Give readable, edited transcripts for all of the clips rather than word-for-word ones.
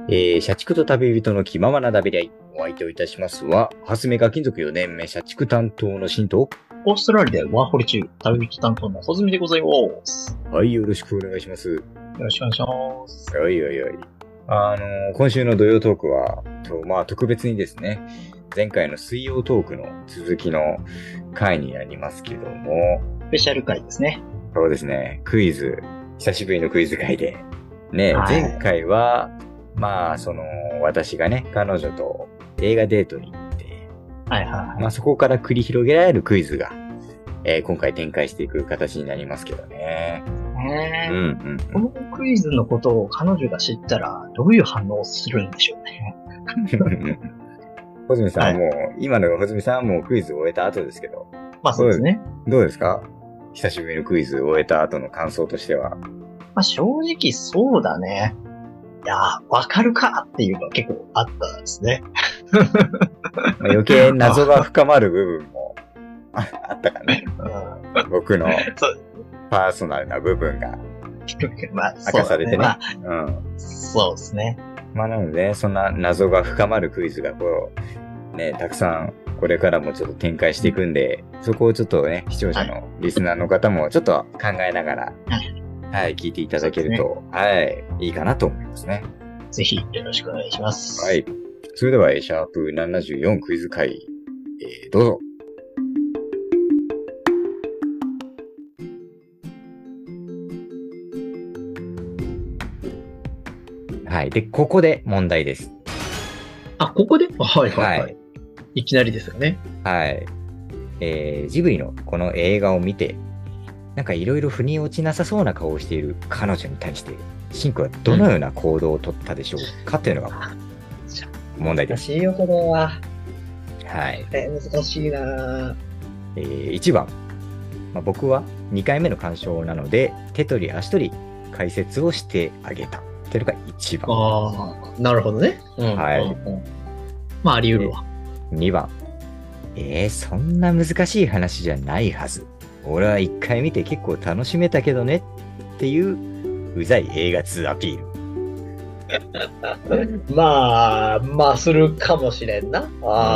社畜と旅人の気ままな旅でお相手をいたしますは、初メガ金属4年目社畜担当のシンと、 オーストラリアでワーホリ中、旅人担当のホズミでございます。 はい、よろしくお願いします。よろしくお願いします。 はい。今週の土曜トークは、特別にですね、前回の水曜トークの続きの回になりますけども、 スペシャル回ですね。 そうですね、クイズ、久しぶりのクイズ回で、ね、前回は、私がね、彼女と映画デートに行って、そこから繰り広げられるクイズが、今回展開していく形になりますけどね。 このクイズのことを彼女が知ったら、どういう反応をするんでしょうね。 ホズミさんもう、今のホズミさんはもうクイズを終えた後ですけど。 そうですね。 どうですか？久しぶりのクイズを終えた後の感想としては。 正直そうだね。いやー、わかるかっていうのは結構あったですね。 余計謎が深まる部分もあったかね。僕のパーソナルな部分が明かされてね。 そうですね。 なので、そんな謎が深まるクイズがたくさんこれからもちょっと展開していくんで、そこをちょっとね、視聴者のリスナーの方もちょっと考えながら、聞いていただけると、いいかなと思いますね。 ぜひよろしくお願いします。 はい。それでは、シャープ74クイズ回、どうぞ。はい。で、ここで問題です。 ここで？はい。いきなりですよね。 はい。ジブリのこの映画を見て、なんかいろいろ腑に落ちなさそうな顔をしている彼女に対して、シンクはどのような行動を取ったでしょうかというのが問題です。 難しいよ、これは。 はい。 難しいな。 1番。僕は2回目の鑑賞なので、手取り足取り解説をしてあげた。というのが1番。 なるほどね。 はい。 あり得るわ。 2番。そんな難しい話じゃないはず。俺は1回見て結構楽しめたけどねっていううざい映画2アピール。するかもしれんな。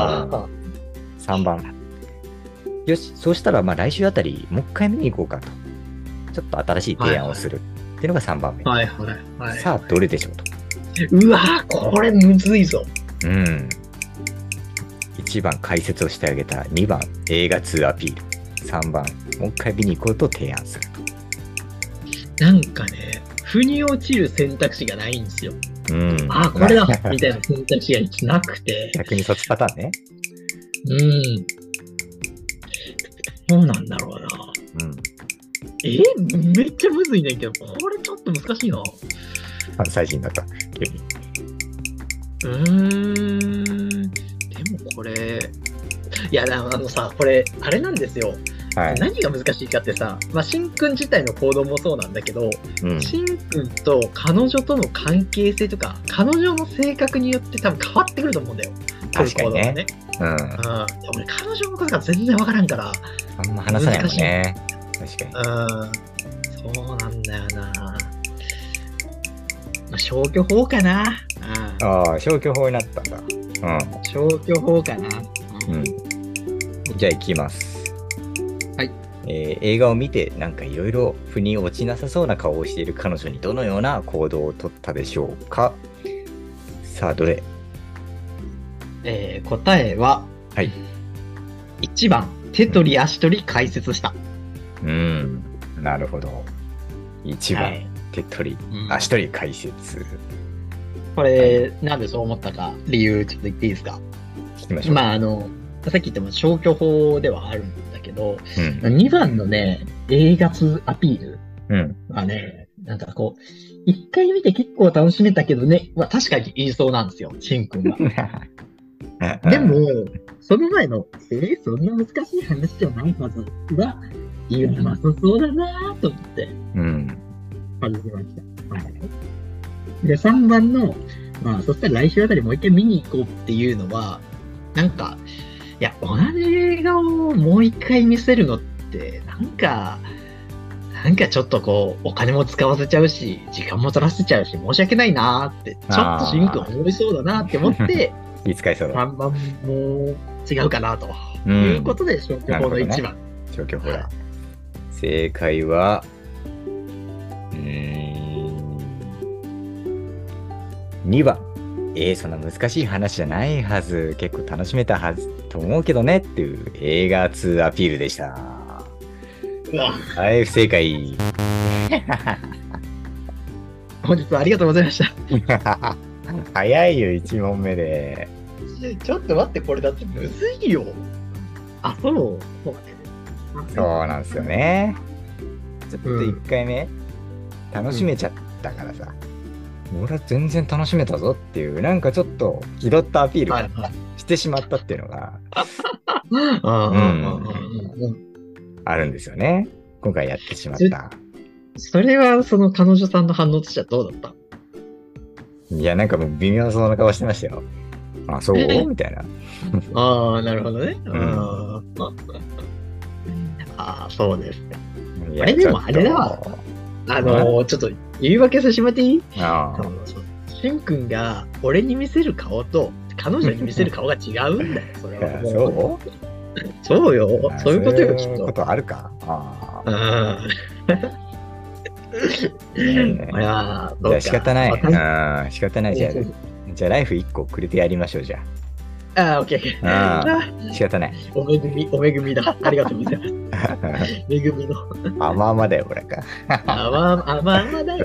3番。よし、そうしたら来週あたりもう一回見に行こうかと。ちょっと新しい提案をするっていうのが3番目。さあ、どれでしょうと。 うわぁ、これむずいぞ。 1番解説をしてあげた。2番映画2アピール。3番もう一回見に行こうと提案すると。なんかね、腑に落ちる選択肢がないんですよ。これだみたいな選択肢がなくて。 逆にそっちパターンね。 どうなんだろうな。めっちゃむずいねんけど、これちょっと難しいな。 関西人だった。急に。 でもこれ、いや、これ、あれなんですよ。何が難しいかってさ、しんくん自体の行動もそうなんだけど、しんくんと彼女との関係性とか、彼女の性格によって多分変わってくると思うんだよ。 確かにね。 俺、彼女のことが全然わからんから。 あんま話さないもんね。確かに。そうなんだよな。消去法かな。 消去法になったんだ。 消去法かな。 じゃあ行きます。映画を見てなんかいろいろ腑に落ちなさそうな顔をしている彼女にどのような行動をとったでしょうか。さあ、どれ？ 答えは、1番、手取り足取り解説した。 なるほど。1番、手取り足取り解説。 これ、なんでそう思ったか、理由ちょっと言っていいですか？ 聞きましょう。 さっき言った消去法ではあるんだけど、2番のね、映画2アピールはね、なんかこう、1回見て結構楽しめたけどね、確かに言いそうなんですよ、しんくんは。でも、その前の、そんな難しい話じゃないはずは、言うなさそうだなと思って、感じました。で、3番の、そしたら来週あたりもう一回見に行こうっていうのは、なんか、同じ映画をもう一回見せるのって、 なんかちょっとこう、お金も使わせちゃうし、時間も取らせちゃうし、申し訳ないなーって、ちょっとシンくん思いそうだなって思って、 気遣いそうだ。 3番も違うかなということで、消去法の1番。 消去法だ。正解は、2番。そんな難しい話じゃないはず。結構楽しめたはずと思うけどねっていう映画2アピールでした。はい、不正解。 本日はありがとうございました。 早いよ、1問目で。 ちょっと待って、これだってむずいよ。あ、そう。 そうなんですよね。ちょっと1回目、楽しめちゃったからさ。俺は全然楽しめたぞっていう、なんかちょっと気取ったアピールをしてしまったっていうのが、あるんですよね。今回やってしまった。 それはその彼女さんの反応としてはどうだった？ いや、なんかもう微妙そうな顔してましたよ。あ、そうみたいな。 ああ、なるほどね。ああ、そうですね。あれでもあれだわ。ちょっと言い訳させてもらっていい？しんくんが俺に見せる顔と彼女に見せる顔が違うんだよ、それは。そうよ。そういうことよ、きっと。そういうことあるか。じゃあ仕方ない。仕方ない。じゃあライフ1個くれてやりましょう、じゃあ。オッケー。 仕方ない。 お恵みだ。ありがとうございます。恵みの。 甘々だよ、これか。 甘々だよ。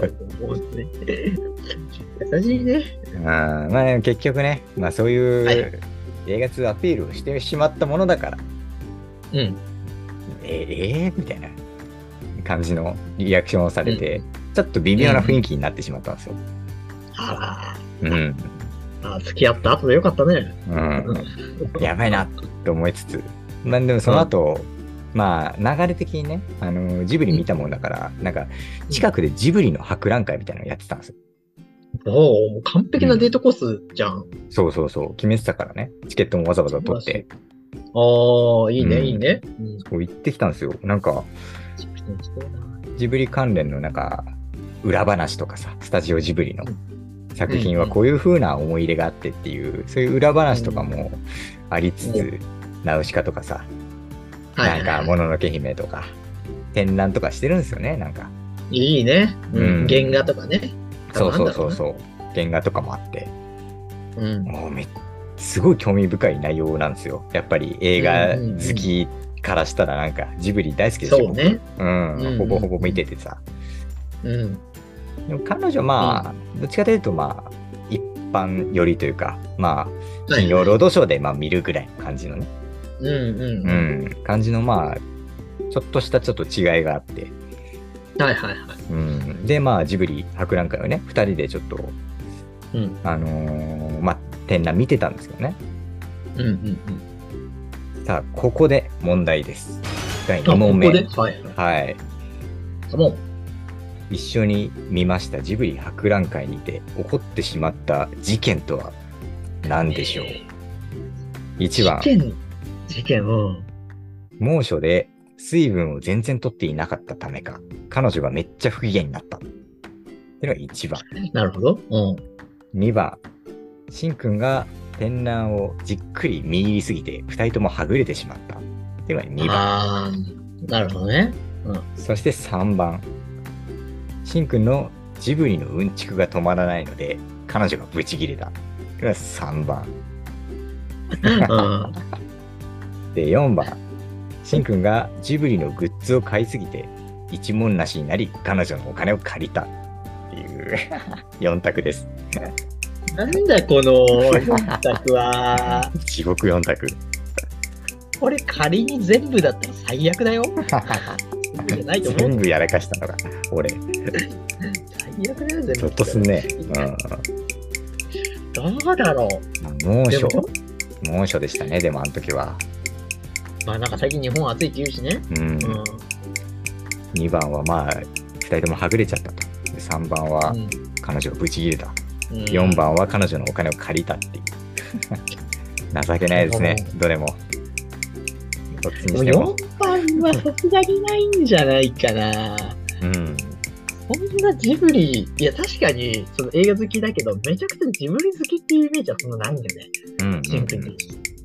優しいね。 まあ結局ね、まあそういう映画2アピールをしてしまったものだから。みたいな感じのリアクションをされて、ちょっと微妙な雰囲気になってしまったんですよ。 付き合った後でよかったね。 やばいなと思いつつ、まあでもその後、まあ流れ的にね、ジブリ見たもんだから、なんか近くでジブリの博覧会みたいなのやってたんですよ。 もう完璧なデートコースじゃん。 そう、決めてたからね。チケットもわざわざ取って。 いいね、いいね。 そう行ってきたんですよ。なんか、ジブリ関連のなんか、裏話とかさ、スタジオジブリの作品はこういう風な思い入れがあってっていう、そういう裏話とかもありつつ、ナウシカとかさ、なんか、もののけ姫とか、展覧とかしてるんですよね、なんか。 いいね。原画とかね。 そう。原画とかもあって。もうすごい興味深い内容なんですよ。やっぱり映画好きからしたらなんかジブリ大好きですよ。 そうね。 ほぼほぼ見ててさ。でも彼女まあ、どっちかというとまあ、一般寄りというか、まあ、金曜ロードショーでまあ見るぐらいの感じのね。感じのまあ、ちょっと違いがあって。で、まあ、ジブリ博覧会をね、2人でちょっと、まあ、展覧見てたんですよね。さあ、ここで問題です。第2問目。はい。一緒に見ましたジブリ博覧会にて起こってしまった事件とは何でしょう？ 1 番。 事件、 猛暑で水分を全然取っていなかったためか、彼女がめっちゃ不機嫌になった。っていうのが1番。 なるほど。 2番。しんくんが展覧をじっくり見入りすぎて、2人ともはぐれてしまった。っていうのが2番。 なるほどね。 そして3番。しんくんのジブリのうんちくが止まらないので、彼女がブチギレた。っていうのが3番。で、4番。しんくんがジブリのグッズを買いすぎて、一文なしになり、彼女のお金を借りた。っていう4択です。 なんだこの4択は。 地獄4択。 これ仮に全部だったら最悪だよ。 全部やらかしたのが、俺。 最悪だよ、全部。 ちょっとすんね。 どうだろう。 猛暑でしたね、でもあの時は。 まあなんか最近日本暑いって言うしね。 2番はまあ、2人ともはぐれちゃったと。3番は彼女がブチギレた。4番は彼女のお金を借りたっていう。情けないですね、どれも。 どっちにしても。4番はさすがにないんじゃないかな。 うん。 そんなジブリ、いや確かにその映画好きだけど、めちゃくちゃジブリ好きっていうイメージはそんなないんだよね。シンプルに。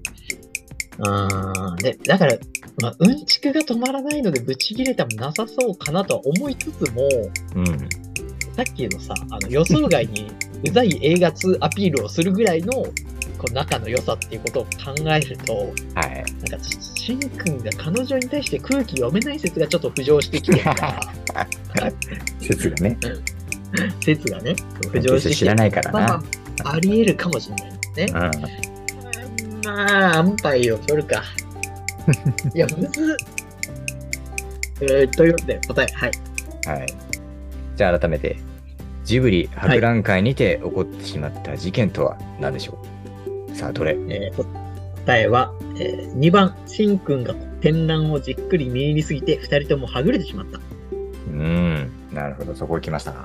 で、だから、まあ、うんちくが止まらないのでブチ切れてもなさそうかなとは思いつつも、さっきのさ、予想外にうざい映画通アピールをするぐらいの、こう仲の良さっていうことを考えると、なんか、しんくんが彼女に対して空気読めない説がちょっと浮上してきてるから。 説がね。 説がね、浮上してきて知らないからな。 まあ、あり得るかもしれないですね。まあ、安牌を取るか。いや、むずっ。ということで、答え、はい。 はい。じゃあ改めて、ジブリ博覧会にて起こってしまった事件とは何でしょう？さあ、どれ？ 答えは、2番、しんくんが展覧をじっくり見入りすぎて、2人ともはぐれてしまった。 なるほど、そこ行きましたな。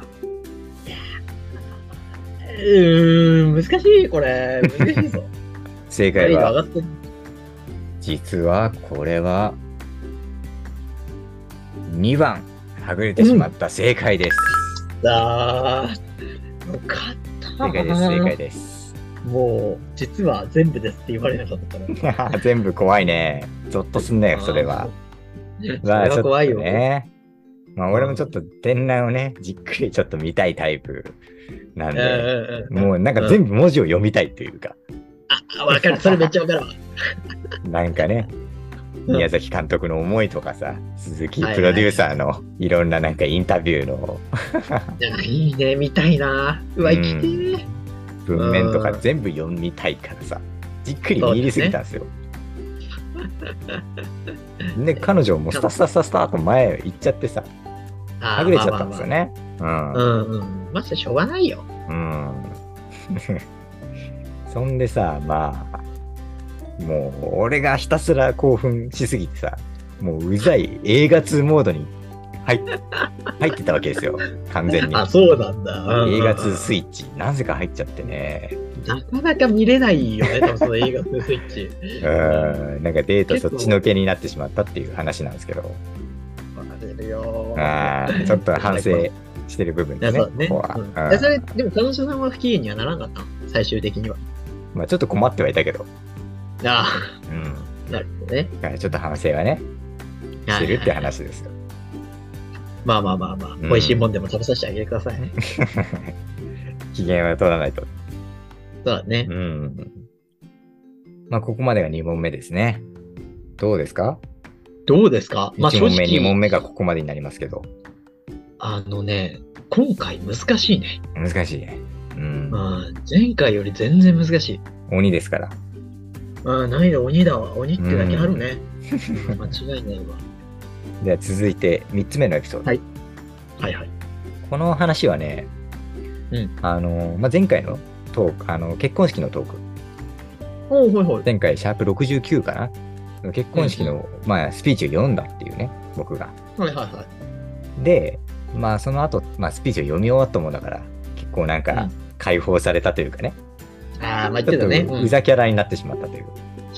難しい、これ。難しいぞ。 正解は、実はこれは、2番、はぐれてしまった。正解です。 よかった。 正解です、正解です。 もう、実は全部ですって言われなかったから。 全部怖いね。ゾッとすんねよ、それは。 まあ、怖いよね。まあ、俺もちょっと展覧をね、じっくりちょっと見たいタイプなんで、もうなんか全部文字を読みたいというか。 わかる。それめっちゃわかるわ。 なんかね、宮崎監督の思いとかさ、鈴木プロデューサーのいろんななんかインタビューの。 いいね、見たいな。うわ、生きてー。 文面とか全部読みたいからさ、じっくり見入りすぎたんですよ。で、彼女もスターと前行っちゃってさ、はぐれちゃったんですよね。 ましてしょうがないよ。 そんでさ、まあ、もう俺がひたすら興奮しすぎてさ、もううざい映画通モードに入ってたわけですよ、完全に。 そうなんだ。 映画通スイッチ、なぜか入っちゃってね。 なかなか見れないよね、多分その映画通スイッチ。 なんかデートそっちのけになってしまったっていう話なんですけど。わかるよ。 ちょっと反省してる部分ですね。 それ、でも彼女さんは不機嫌にはならなかったの？最終的には。 まあちょっと困ってはいたけど。なるほどね。 ちょっと反省はね、してるって話ですよ。 まあ、美味しいもんでも食べさせてあげてくださいね。 機嫌は取らないと。 そうだね。 まあここまでが2問目ですね。どうですか？ まあ 1問目、2問目がここまでになりますけど。 今回難しいね。 難しいね。 前回より全然難しい。 鬼ですから。 難易度鬼だわ。鬼ってだけあるね。間違いないわ。 では続いて3つ目のエピソード。 はい。 この話はね、前回のトーク、結婚式のトーク。前回、シャープ69かな？結婚式の、スピーチを読んだっていうね、僕が。で、その後、スピーチを読み終わったもんだから、結構なんか、解放されたというかね。 ちょっとね。 うざキャラになってしまったという。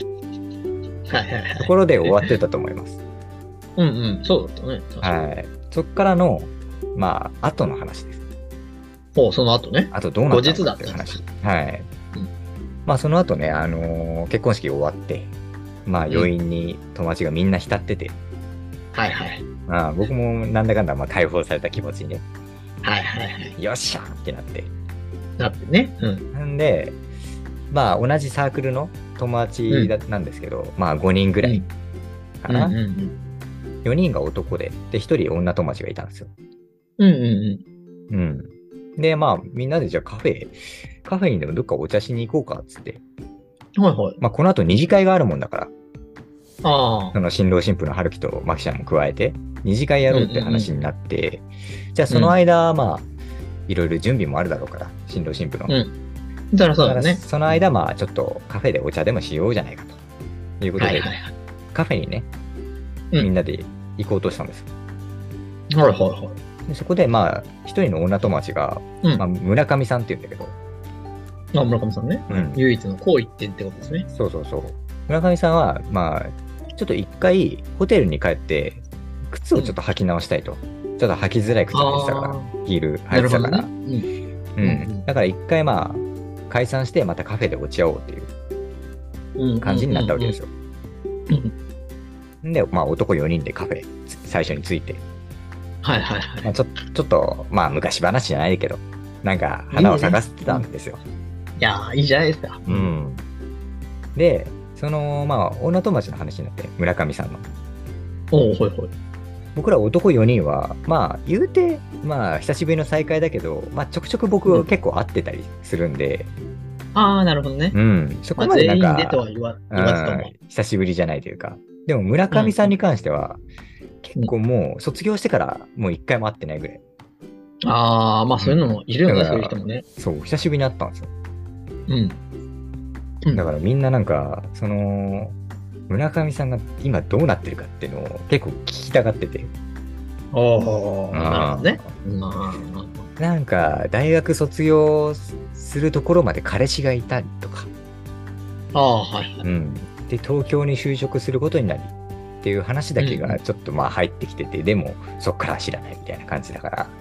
ところで終わってたと思います。 そうだったね。 そっからの、後の話です。 その後ね。 あとどうなったのかっていう話。その後ね、結婚式終わって、余韻に友達がみんな浸ってて、僕もなんだかんだ解放された気持ちにね、よっしゃーってなって。 ね。 なんで、同じサークルの友達なんですけど、5人ぐらいかな。4人が男で、1人女友達がいたんですよ。で、みんなでじゃあカフェにでもどっかお茶しに行こうかっつって。この後二次会があるもんだから。その新郎新婦の春樹とマキちゃんも加えて、二次会やろうって話になって、じゃあその間、いろいろ準備もあるだろうから、新郎新婦の。 だからね。 その間、ちょっとカフェでお茶でもしようじゃないかということで、カフェにね、みんなで行こうとしたんです。でそこで一人の女友達が、村上さんって言うんだけど。 村上さんね。唯一の好一点ってことですね。 そう。村上さんは、ちょっと一回ホテルに帰って、靴をちょっと履き直したいと。 ちょっと履きづらい靴履いてたから、ヒール履いてたから。だから一回まあ、解散してまたカフェで落ち合おうっていう感じになったわけですよ。で、まあ男4人でカフェ最初に着いて。 はいはいはい。 まあ、ちょっと、まあ昔話じゃないけど、なんか花を探してたんですよ。 いやー、いいじゃないですか。 で、まあ、女友達の話になって、村上さんの。 ほいほい。 僕ら男4人は、まあ、言うて、まあ、久しぶりの再会だけど、まあ、ちょくちょく僕結構会ってたりするんで。 ああ、なるほどね。 そこまでなんか、 全員でとは言わずとも。 久しぶりじゃないというか。でも、村上さんに関しては、結構もう、卒業してからもう一回も会ってないぐらい。 ああ、まあそういうのもいるよね、そういう人もね。 そう、久しぶりに会ったんですよ。だからみんななんか、村上さんが今どうなってるかっていうのを結構聞きたがってて。 なるほどね。 なんか、大学卒業するところまで彼氏がいたりとか。 はい。 で、東京に就職することになりっていう話だけがちょっとまあ入ってきてて、でもそっから知らないみたいな感じだから、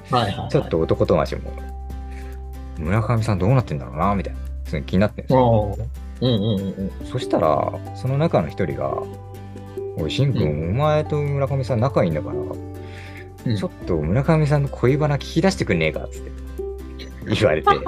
ちょっと男友達も、村上さんどうなってんだろうな、みたいな、それ気になってるんですよ。そしたら、その中の一人が、おい、しんくん、お前と村上さん仲いいんだから、ちょっと村上さんの恋バナ聞き出してくんねえかっつって言われて。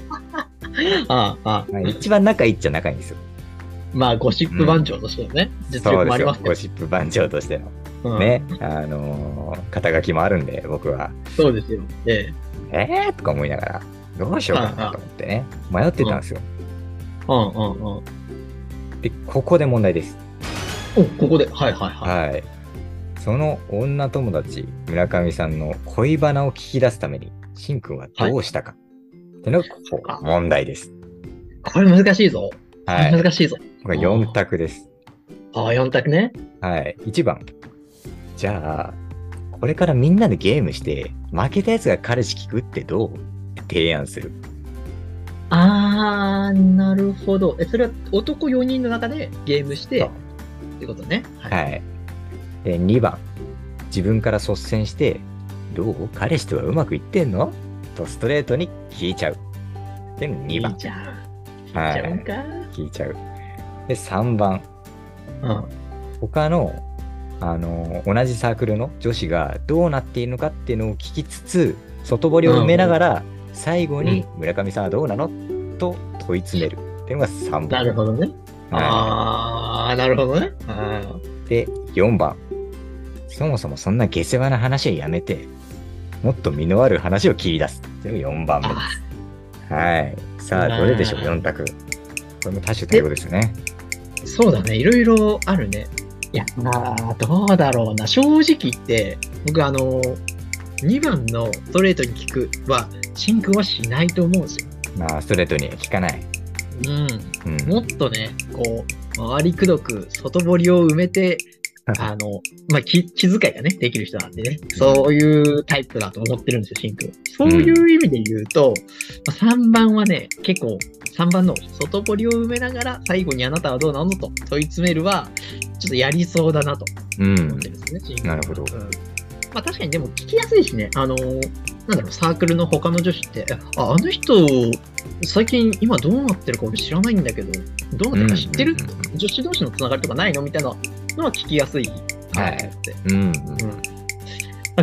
一番仲いいっちゃ仲いいんですよ。 まあ、ゴシップ番長としてのね、実力もありますけど。ゴシップ番長としての。ね、肩書きもあるんで、僕は。 そうですよ。 とか思いながら、どうしようかなと思ってね、迷ってたんですよ。で、ここで問題です。 ここで。はい。 その女友達、村上さんの恋バナを聞き出すために、しんくんはどうしたか。ってのが、ここ、問題です。 これ難しいぞ。難しいぞ。 これ4択です。 4択ね。 はい。1番。じゃあ、これからみんなでゲームして、負けたやつが彼氏聞くってどうって提案する。 なるほど。それは男4人の中でゲームして、ってことね。 はい。で、2番。自分から率先して、どう彼氏とはうまくいってんのとストレートに聞いちゃう。で、2番。 聞いちゃうか。 聞いちゃう。で、3番。他の、同じサークルの女子がどうなっているのかっていうのを聞きつつ、外堀を埋めながら、最後に村上さんはどうなのと問い詰めるっていうのが3番。 なるほどね。なるほどね。 で、4番。そもそもそんな下世話な話はやめて、もっと身のある話を切り出すっていうのが4番目です。はい。さあ、どれでしょう、4択。これも多種多様ですね。 そうだね。いろいろあるね。いや、どうだろうな。正直言って、僕2番のストレートに聞くは、しんくんはしないと思うんですよ。 ストレートには聞かない。 もっとね、こう、回りくどく、外堀を埋めて、気遣いがね、できる人なんでね、そういうタイプだと思ってるんですよ、しんくん。そういう意味で言うと、3番はね、結構、3番の外堀を埋めながら、最後にあなたはどうなのと問い詰めるは、ちょっとやりそうだなと思ってるんですね、しんくん。 なるほど。 確かにでも聞きやすいしね、なんだろう、サークルの他の女子って、あの人、最近今どうなってるか俺知らないんだけど、どうなってるか知ってる、女子同士のつながりとかないのみたいなのは聞きやすいかなと思って。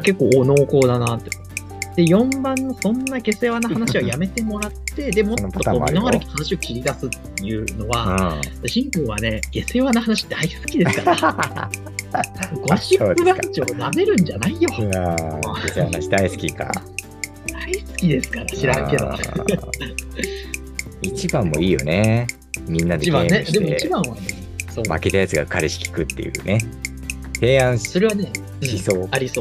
結構濃厚だなって。で、4番のそんな下世話な話はやめてもらって、で、もっとこう、身のある話を切り出すっていうのは、しんくんはね、下世話な話大好きですから。ゴシップ番長舐めるんじゃないよ。 下世話な話大好きか。 大好きですから、知らんけど。 1番もいいよね。みんなでゲームして。 でも1番はね、 負けたやつが彼氏聞くっていうね。提案それはね、 しそう。 ありそう。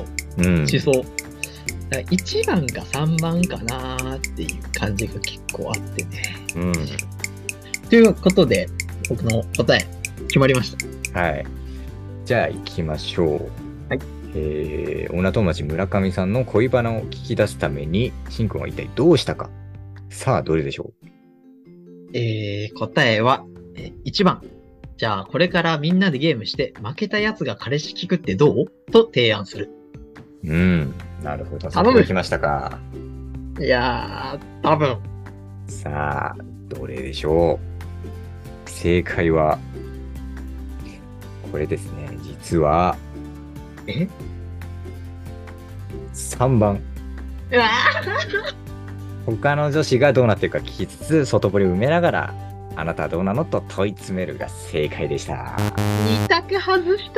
しそう。だから1番か3番かなーっていう感じが結構あってね。ということで、僕の答え、決まりました。 はい。じゃあ行きましょう。 はい。 女友達村上さんの恋バナを聞き出すために、しんくんは一体どうしたか。さあ、どれでしょう。 答えは、1番。じゃあ、これからみんなでゲームして、負けたやつが彼氏聞くってどうと提案する。 なるほど。頼む。来ましたか。 いやー、多分。 さあ、どれでしょう。正解は、これですね。実は、3番。 うわ他の女子がどうなってるか聞きつつ、外堀を埋めながら、あなたはどうなのと問い詰めるが正解でした。 2択外した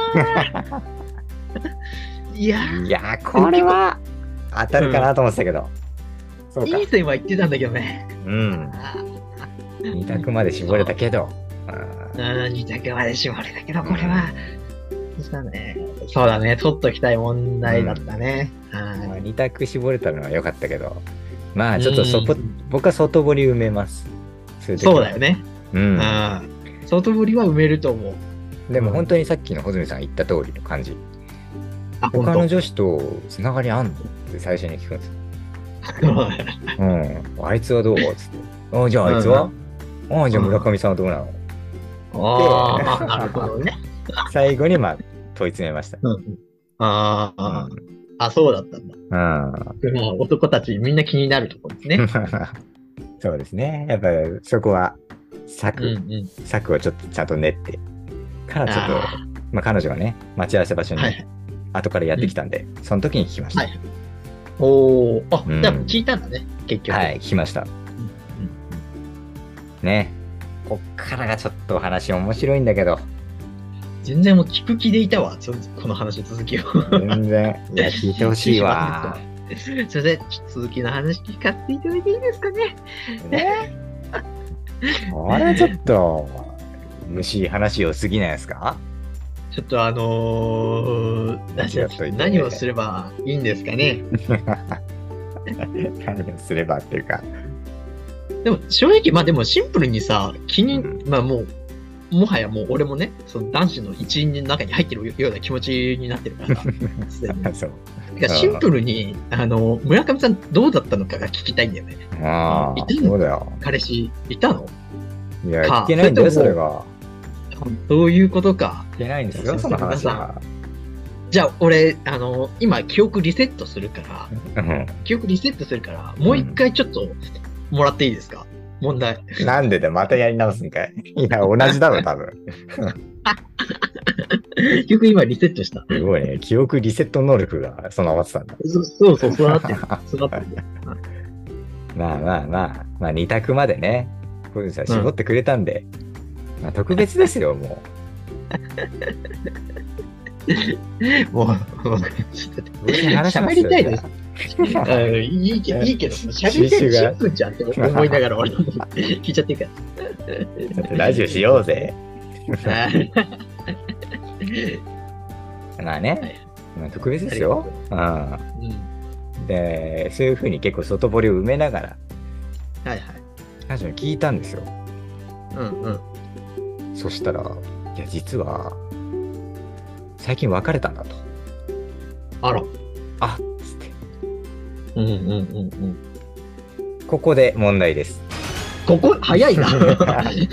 ー。いや、 これは当たるかなと思ってたけど。 そうか。いい線は言ってたんだけどね。 2択まで絞れたけど。 2択まで絞れたけど、これは。そうだね。取っときたい問題だったね。 2択絞れたのは良かったけど。まあ、ちょっと僕は外堀埋めます。 そうだよね。外堀は埋めると思う。でも本当にさっきの穂積さん言った通りの感じ。他の女子とつながりあんのって最初に聞くんですよ。あいつはどうつって。じゃああいつはじゃあ村上さんはどうなのなるほどね。 最後に問い詰めました。 そうだったんだ。男たちみんな気になるところですね。 そうですね。やっぱりそこは策をちょっとちゃんと練ってからちょっと、彼女がね、待ち合わせ場所に後からやってきたんで、その時に聞きました。じゃあ聞いたんだね、結局。 はい、聞きました。ね。こっからがちょっと話面白いんだけど。 全然もう聞く気でいたわ、この話続きを。 全然。いや、聞いてほしいわ。 すいません、続きの話聞かせていただいていいですかね。 これはちょっと、虫話を過ぎないですか？ ちょっと何をすればいいんですかね。 何をすればっていうか。 でも正直、でもシンプルにさ、もはやもう俺もね、その男子の一員の中に入ってるような気持ちになってるからさ。そう。シンプルに、村上さんどうだったのかが聞きたいんだよね。 そうだよ。 彼氏、いたの？ いや、聞けないんだよ、それが。 そういうことか。 聞けないんですよ、その話は。 じゃあ、俺、今、記憶リセットするから、もう一回ちょっと、もらっていいですか？問題。 なんでまたやり直すんかい。いや、同じだろ、多分。 記憶今リセットした。 すごいね。記憶リセット能力が備わってたんだ。 そうなってる。 まあ、2択までね、小泉さん絞ってくれたんで、特別ですよ、もう。もう、喋りたいです。いいけど、喋りたいシンプルじゃんって思いながら俺も聞いちゃってるから。 ラジオしようぜ。まあね、特別ですよ。で、そういうふうに結構外堀を埋めながら、彼女に聞いたんですよ。そしたら、いや、実は、最近別れたんだと。 あら。 あっつって。ここで問題です。 ここ早いな。早い。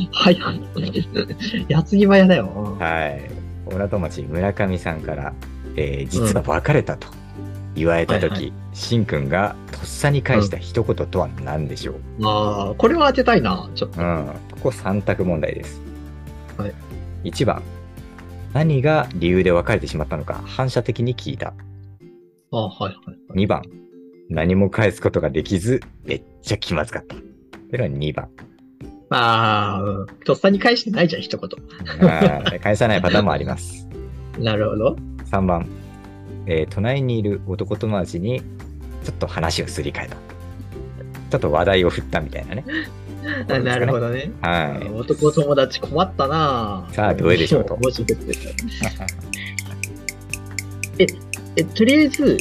矢継ぎ早だよ。 はい。小良戸町村上さんから、実は別れたと言われたとき、しんくんがとっさに返した一言とは何でしょう？ これは当てたいな、ちょっと。 ここ3択問題です。1番、何が理由で別れてしまったのか反射的に聞いた。2番、何も返すことができず、めっちゃ気まずかった。これは2番。 とっさに返してないじゃん、一言。 返さないパターンもあります。 なるほど。 3番、隣にいる男友達にちょっと話をすり替えた。ちょっと話題を振ったみたいなね。 なるほどね。男友達困ったな。 さあ、どれでしょうと。 とりあえず、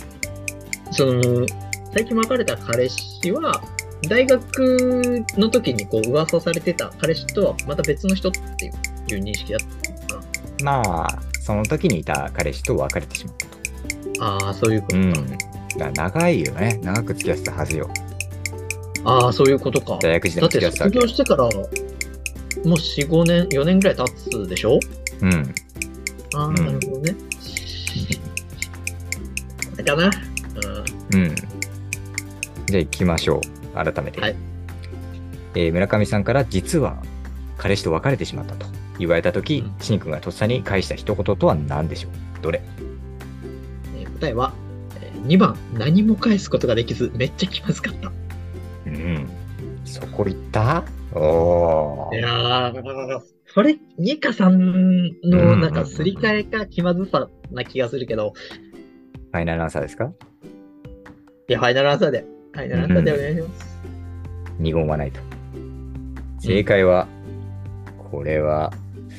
最近別れた彼氏は、大学の時に噂されてた彼氏とはまた別の人っていう認識だったのかな。まあ、その時にいた彼氏と別れてしまったと。そういうことか。長いよね。長く付き合ってたはずよ。 そういうことか。 大学時代付き合ってたわけ。 だって卒業してから、もう4、5年、4年ぐらい経つでしょ？なるほどね。 かな。 うん。じゃあ行きましょう。改めて。はい。村上さんから実は彼氏と別れてしまったと言われたとき、しんくんがとっさに返した一言とは何でしょう？どれ？ 答えは、2番、何も返すことができず、めっちゃ気まずかった。 うん。そこ言った？おー。 いやー、それ、ニカさんのなんかすり替えか気まずさな気がするけど。 ファイナルアンサーですか？ いや、ファイナルアンサーで。ファイナルアンサーでお願いします。 二言はないと。正解は、これは、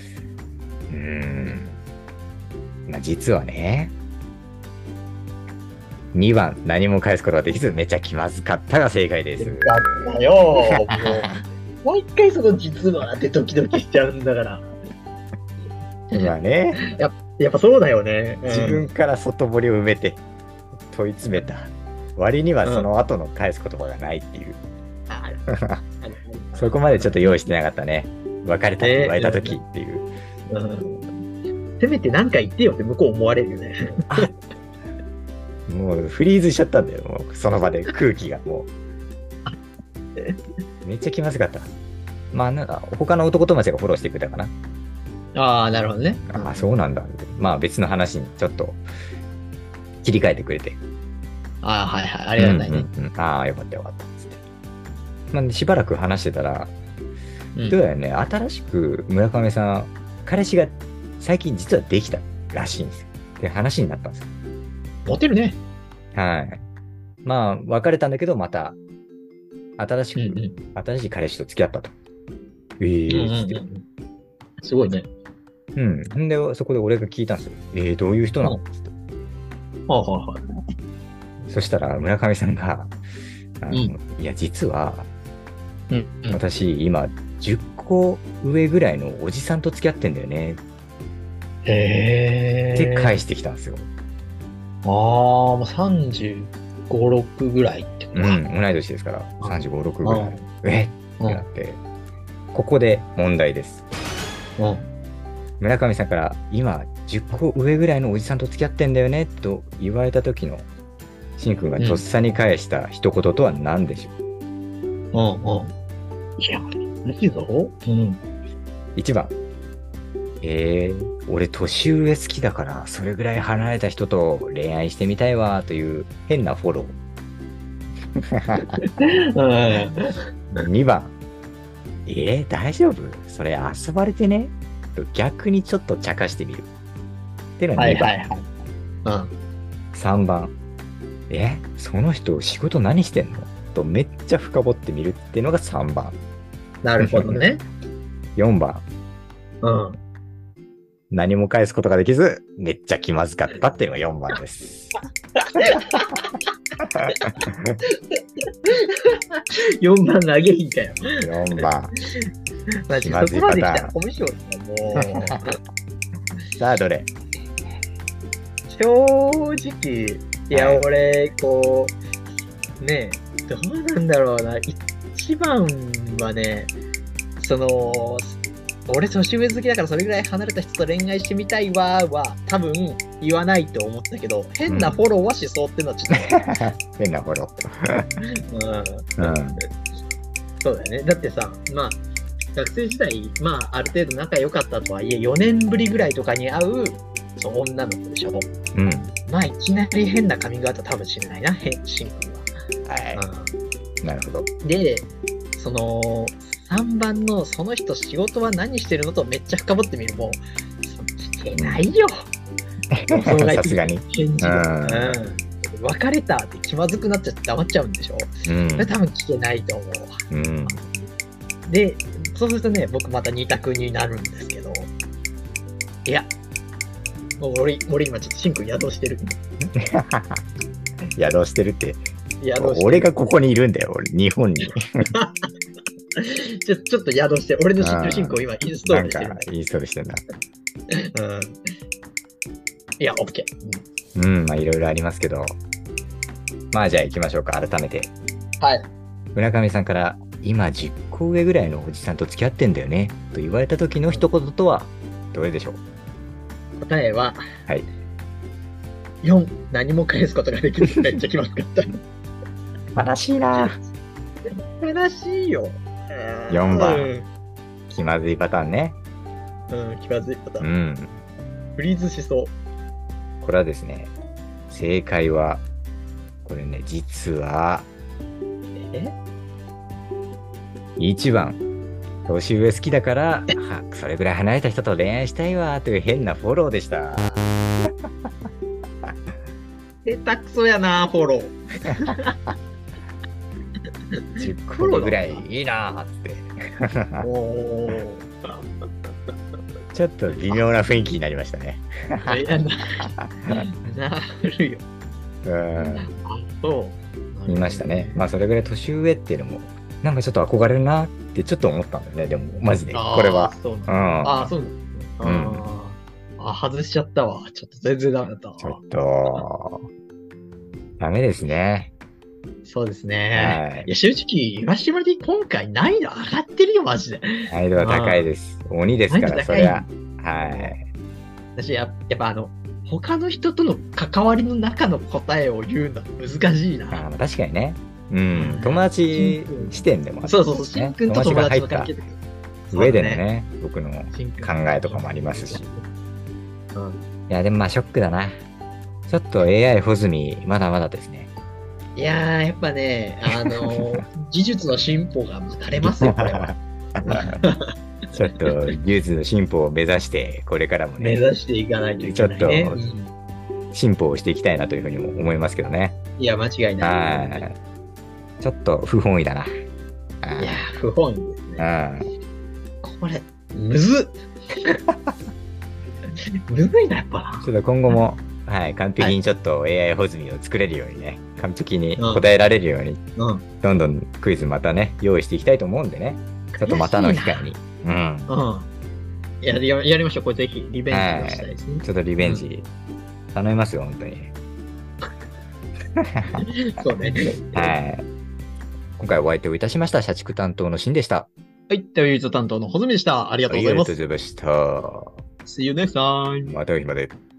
まあ、実はね、2番、何も返すことができず、めちゃ気まずかったが正解です。 だったよもう一回その実はってドキドキしちゃうんだから。 まあね。 やっぱそうだよね。 自分から外堀を埋めて問い詰めた割にはその後の返す言葉がないっていう。そこまでちょっと用意してなかったね。別れたって言われた時っていう。 せめて何か言ってよって向こう思われるよね。 もうフリーズしちゃったんだよ。もうその場で空気がもう。めっちゃ気まずかった。まあなんか他の男友達がフォローしてくれたかな。 ああ、なるほどね。 ああ、そうなんだ。まあ別の話にちょっと切り替えてくれて。 ああ、はいはい。ありがたいね。 ああ、よかったよかった。つって。まあ、しばらく話してたら、どうだよね、新しく村上さん、彼氏が最近実はできたらしいんですよ。って話になったんですよ。 モテるね。 はい。まあ、別れたんだけど、また、新しい彼氏と付き合ったと。 すごいね。 んで、そこで俺が聞いたんですよ。どういう人なの？ってそしたら、村上さんが、いや、実は、私、今、10個上ぐらいのおじさんと付き合ってんだよね。って返してきたんですよ。 ああ、もう35、6ぐらいってことか。 同い年ですから、35、6ぐらい。ってなって、ここで問題です。村上さんから、今、10個上ぐらいのおじさんと付き合ってんだよね、と言われた時の、しんくんがとっさに返した一言とは何でしょう？ いや、難しいぞ。 1番。俺年上好きだから、それぐらい離れた人と恋愛してみたいわ、という変なフォロー。2番。大丈夫？それ遊ばれてね？と逆にちょっと茶化してみる。っていうのが2番。3番。その人仕事何してんの？とめっちゃ深掘ってみるっていうのが3番。 なるほどね。 4番。何も返すことができず、めっちゃ気まずかったっていうのが4番です。 4番投げひんかよ。 4番。 気まずいパターン。面白いもう。さあ、どれ？ 正直、いや、俺、こう、ねえ、どうなんだろうな。一番はね、俺年上好きだからそれぐらい離れた人と恋愛してみたいわは多分言わないと思ったけど、変なフォローはしそうってのはちょっと変なフォローそうだよね。だってさ、まあ学生時代、まあある程度仲良かったとはいえ4年ぶりぐらいとかに会う女の子でしょ。まあいきなり変なカミングアウト多分しれないな、シンくんは。 なるほど。 で、3番のその人仕事は何してるのとめっちゃ深掘ってみるも聞けないよ。 さすがに。 別れたって気まずくなっちゃって黙っちゃうんでしょ。それ多分聞けないと思う。で、そうするとね、僕また2択になるんですけど、いや、もう俺今ちょっとシンくん宿してる。 宿してるって。俺がここにいるんだよ、日本に。 ちょっと宿して、俺の知ってるシンクを今インストールしてる。 なんかインストールしてんだ。 いや、OK。 まあいろいろありますけど。まあじゃあ行きましょうか、改めて。 はい。 村上さんから、今10個上ぐらいのおじさんと付き合ってんだよね、と言われた時の一言とは、どれでしょう？ 答えは、 4、何も返すことができる。めっちゃ気まずかった。 悲しいな。 悲しいよ。 4番。気まずいパターンね。 気まずいパターン。フリーズしそう。 これはですね、正解は、これね、実は、1番。年上好きだから、それぐらい離れた人と恋愛したいわ、という変なフォローでした。 下手くそやな、フォロー。 10個ぐらいいいなーって。ちょっと微妙な雰囲気になりましたね。 なるよ。そう。 見ましたね。まあそれぐらい年上っていうのも、なんかちょっと憧れるなってちょっと思ったんだよね。でもマジでこれは。 そうなんですね。外しちゃったわ。ちょっと全然ダメだったわ。 ちょっとダメですね。 そうですね。いや、正直言わせてもらって今回難易度上がってるよ、マジで。 難易度は高いです。鬼ですから、それは。はい。 私、やっぱ他の人との関わりの中の答えを言うのは難しいな。 確かにね。友達視点でもある、 そう、しんくんと友達の関係で。 上でのね、僕の考えとかもありますし。いや、でもまあショックだな。ちょっと AI ホズミ、まだまだですね。 いやー、やっぱね、技術の進歩が待たれますよ、これは。 ちょっと技術の進歩を目指して、これからもね。 目指していかないといけない、ね。 ちょっと進歩をしていきたいなというふうにも思いますけどね。 いや、間違いない。 ちょっと不本意だな。いや、不本意ですね。これ、むずいな、やっぱな。 ちょっと今後も、完璧にちょっと AI ホズミを作れるようにね、完璧に答えられるように、どんどんクイズまたね、用意していきたいと思うんでね。ちょっとまたの機会に。 やりましょう。これぜひリベンジをしたいですね。 ちょっとリベンジ、頼みますよ、本当に。 そうね。 今回お相手をいたしました、社畜担当のシンでした。 はい、ではユーズ担当のホズミでした。ありがとうございます。 ありがとうございました。 See you next time. またお日まで。